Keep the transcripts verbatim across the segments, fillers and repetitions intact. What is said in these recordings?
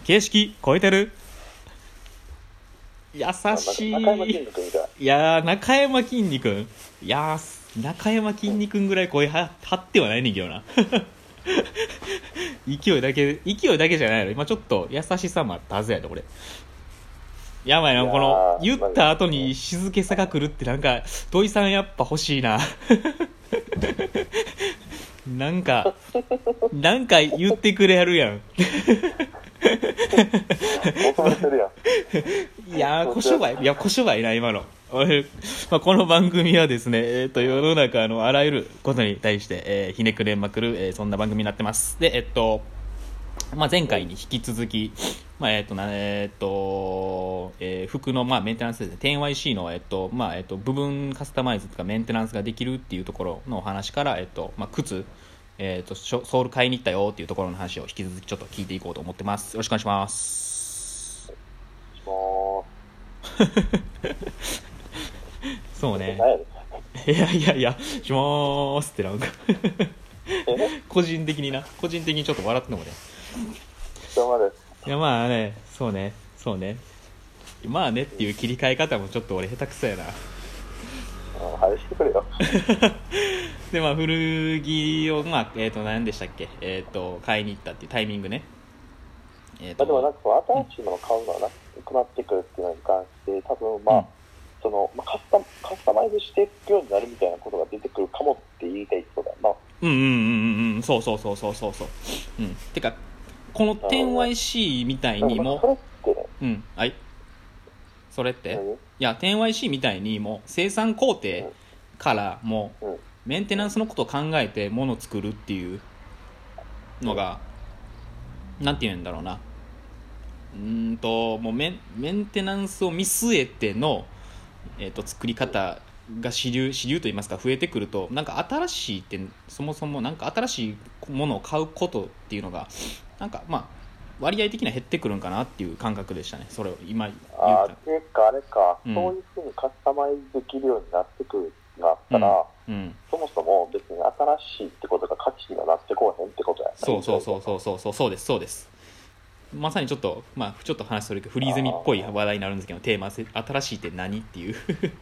形式超えてる。優しい。 中山きんに君みたい。 いやー、中山きんに君。いやー、中山きんに君ぐらい声は張ってはないねんけどな。勢いだけ、勢いだけじゃないの。今ちょっと優しさもあったはずやで、俺。やばいな、この、言った後に静けさが来るってなんか、土井さんやっぱ欲しいな。なんか、なんか言ってくれやるやん。 求めてるやん。 いやー、小商売、いや、小商売な、今の。俺、まあ、この番組はですね、えっ、ー、と、世の中のあらゆることに対して、えー、ひねくれまくる、えー、そんな番組になってます。で、えっと、まあ、前回に引き続き、まあ、えっ、ー、と、な、えっ、ー、と、えー、服の、まあ、メンテナンスですね、テンワイシー の、えっ、ー、と、まあ、えっ、と、部分カスタマイズとかメンテナンスができるっていうところのお話から、えっ、と、まあ、靴、えっ、と、ソール買いに行ったよっていうところの話を引き続きちょっと聞いていこうと思ってます。よろしくお願いします。そうね。いやいやいや、しまーすってなんか個人的にな、個人的にちょっと笑ってんのもね。いやまあね、そうね、そうね。まあねっていう切り替え方もちょっと俺下手くそやな。 はいしてくれよ。 でまあ古着をまあえっ、ー、と何でしたっけ、えっ、ー、と買いに行ったっていうタイミングね。 えーとまあ、でもなんか新しいものを買うのはなくなってくるっていうのに関して多分まあ、うん、そのまあ、カスタカスタマイズしていくようになるみたいなことが出てくるかもって言いたいことだよな。 うんうんうんうん、そうそうそうそうそうそう。うん。てかこの テンワイシー みたいにも、 それってね、 うんはいそれっていや テンワイシー みたいにもう生産工程からもうメンテナンスのことを考えて物を作るっていうのが、うん、なんて言うんだろうな。うんともうメン、メンテナンスを見据えての、えー、と作り方が主流、主流といいますか増えてくるとなんか新しいってそもそもなんか新しいものを買うことっていうのがなんかまあ割合的には減ってくるんかなっていう感覚でしたね。それを今言った。 ああ、ていうかあれか、うん、そういうふうにカスタマイズできるようになってくるがあったら、うんうん、そもそも別に新しいってことが価値にはなってこうへんってことやね。 そうそうそうそうそうそうそうですそうです。まさにちょっとまあちょっと話するけどフリーゼミっぽい話題になるんですけど、テーマ新しいって何っていう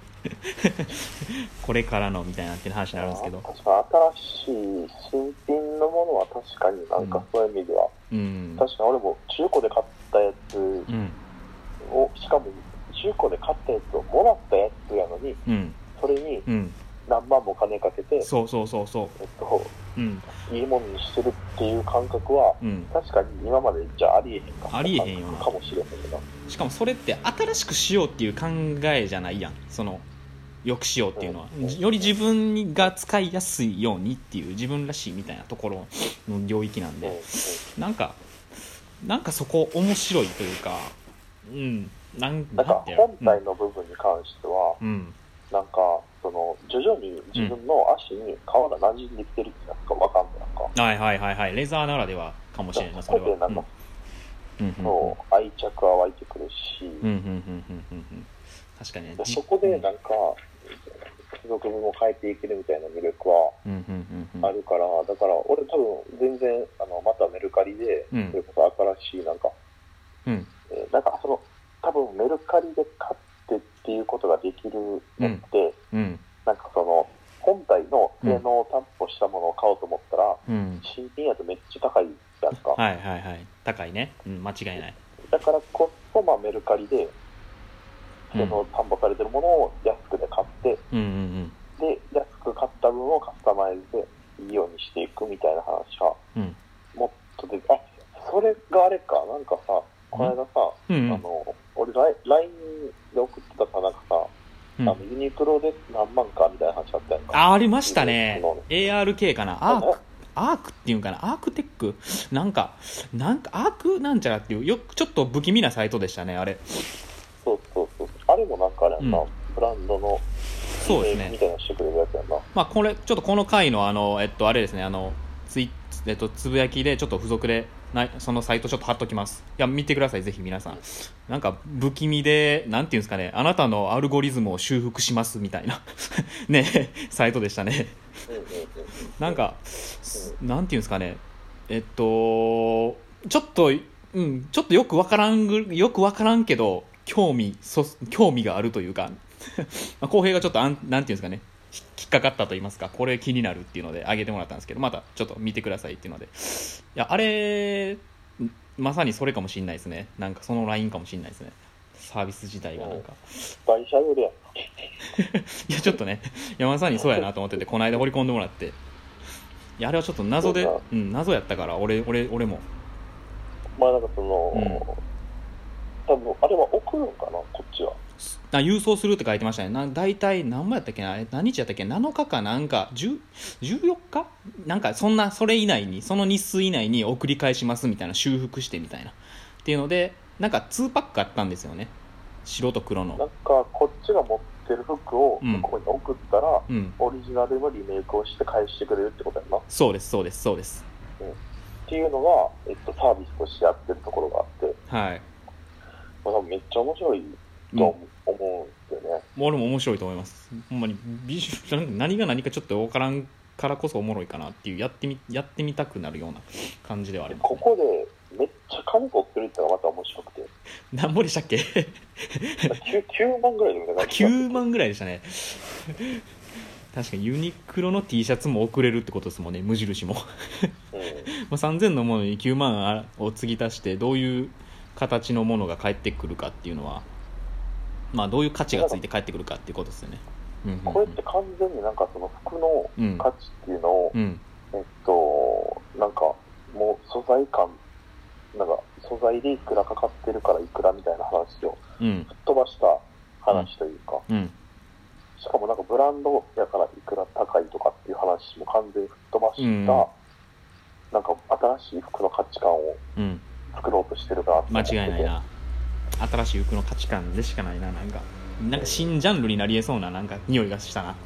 これからのみたいなって話になるんですけど、 確か新しい新品のものは確かになんかそういう意味では、うん、確かに俺も中古で買ったやつを、うん、しかも中古で買ったやつをもらったやつやのに、うん、それに何万も金かけて、 そうそうそうそう、 えっとうん、いいものにしてるっていう感覚は、うん、確かに今までじゃありえへんかったありえへんよなかもしれへんけど、 しかもそれって新しくしようっていう考えじゃないやん。そのよくしようっていうのは、うん、より自分が使いやすいようにっていう自分らしいみたいなところの領域なんで、うんうん、なんかなんかそこ面白いというか、うんなんなんか本体の部分に関しては、うん、なんかその徐々に自分の足に皮が馴染んできてるってなんか分かんないなんか、 はいはいはいはい、レザーならではかもしれないな。それはなんか、 うんうんうん、そう愛着は湧いてくるし、うんうんうんうんうん、確かにね。 そこでなんか付属品を変えていけるみたいな魅力はあるから、だから俺多分全然あのまたメルカリで、うん、それこそ新しいなんか、うんえー、なんかその多分メルカリで買ってっていうことができるのって、うんうん、なんかその本体の性能を担保したものを買おうと思ったら、うん、新品やとめっちゃ高いじゃんか。 はいはいはい、高いね、うん、間違いない。 だからこそまあメルカリでその担保されてるものを安くで買って、うんうんうん、で安く買った分をカスタマイズでいいようにしていくみたいな話は、うん、もっとであそれがあれかなんかさこの間さ、うんうん、あの俺 ライン で送ってたさなんかさ、うん、あのユニクロで何万かみたいな話あったやんか。 あありましたね。 エーアールケー かな、アークアークっていうんかな、アークテックなんかなんかアークなんちゃらっていうよちょっと不気味なサイトでしたねあれ。 そうそうそう、あれもなんかあれやんな、うん、ブランドのそうですねみたいなしてくれるやつやんな。 まあこれちょっとこの回のあのえっとあれですね、あのツイえっとつぶやきでちょっと付属でなそのサイトちょっと貼っときます。いや見てくださいぜひ皆さん。なんか不気味でなんていうんですかね、あなたのアルゴリズムを修復しますみたいなねサイトでしたね。なんかなんていうんですかね、えっとちょっとうん、ちょっとよくわからんぐよくわからんけど興味そ興味があるというか浩平がちょっとあんなんていうんですかね、引っかかったと言いますか、これ気になるっていうのであげてもらったんですけど、またちょっと見てくださいっていうので、いやあれまさにそれかもしれないですね。なんかそのラインかもしれないですね、サービス自体がなんか大社用でやんいやちょっとね、いやまさにそうやなと思ってて、この間掘り込んでもらって、いやあれはちょっと謎で、うん、謎やったから俺俺俺もまあなんかその、うん、多分あれは送るんかな、こっちは郵送するって書いてましたね。な大体何もやったっけな、何日やったっけ、なのかかなんかじゅう、じゅうよっかなんかそんな、それ以内にその日数以内に送り返しますみたいな、修復してみたいなっていうので、なんかにパックあったんですよね、白と黒の。 なんかこっちが持ってる服を向こうに送ったら、うん、オリジナルのリメイクをして返してくれるってことやな。 そうですそうですそうです、 うん、っていうのが、えっと、サービスとしてやってるところがあって、 はい、 まあ、めっちゃ面白いと思うんですよね。 うん、俺も面白いと思います。ほんまにビジュ何が何かちょっと分からんからこそおもろいかなっていう、やってみやってみたくなるような感じではあります、ね、 ここでめっちゃ金取ってるってのがまた面白くて、 何ぼでしたっけきゅうまんぐらいで見たかきゅうまんぐらいでしたね確かにユニクロの T シャツも送れるってことですもんね、無印も、うん、さんぜんのものにきゅうまんを継ぎ足してどういう形のものが返ってくるかっていうのは、まあどういう価値がついて返ってくるかっていうことですよね。 これって完全になんかその服の価値っていうのを、うん、えっとなんかもう素材感、なんか素材でいくらかかってるからいくらみたいな話を吹っ飛ばした話というか、うんうん、しかもなんかブランドやからいくら高いとかっていう話も完全に吹っ飛ばした、うん、なんか新しい服の価値観を作ろうとしてるかなって思ってて、 間違いないな。新しい服の価値観でしかないな。なんかなんか新ジャンルになり得そうななんか匂いがしたな。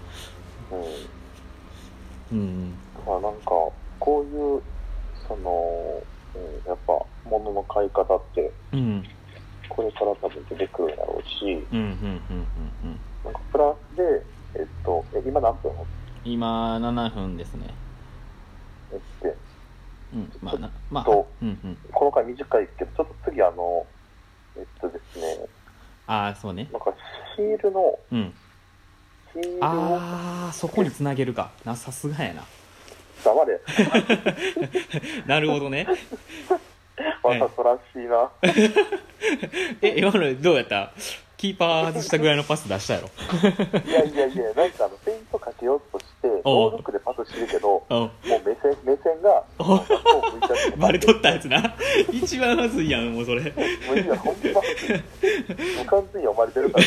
うん。うん。だからなんかこういうその、うん、やっぱ物の買い方って、うん、これから多分出てくるんだろうし、うんうんうんうんうん。なんかプラスでえっとえ今何分？ 今ななふんですね。 えって、 うん、まあなまあ、 うんうん、この回短いけどちょっと次あのえっとですね。 ああそうね。 なんかヒールの、うん、 ヒールああそこにつなげるかな、さすがやな。 黙れ。 なるほどね。 わざとらしいな。 え今のどうやった？キーパー外したぐらいのパス出したやろ。 いやいやいや、なんかあのフェイントかけようとしてノールックでパスしてるけど、もう目線目線がバレとったやつな。一番まずいやんもうそれ。もういいやほんま。もう完全に読まれてるから。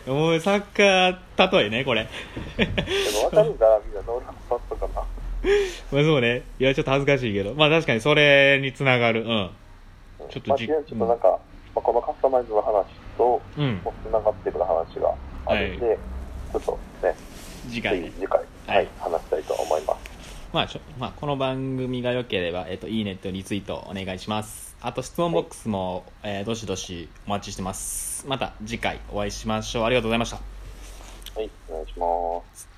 もうサッカー例えねこれ。 でも分かるんだみんなノールックパスとかな。 まあそうね。いやちょっと恥ずかしいけど、まあ確かにそれにつながる。うん。 ちょっとじ、まあ、ちょっとなんか。まあ、このカスタマイズの話とつながってくる話があるんで、はい、ちょっとね次回ね次回、はいはい、話したいと思います。 まあ、まあ、この番組が良ければ、えっと、いいねとリツイートお願いします。あと質問ボックスも、はい、えー、どしどしお待ちしてます。また次回お会いしましょう。ありがとうございました。 はい、お願いします。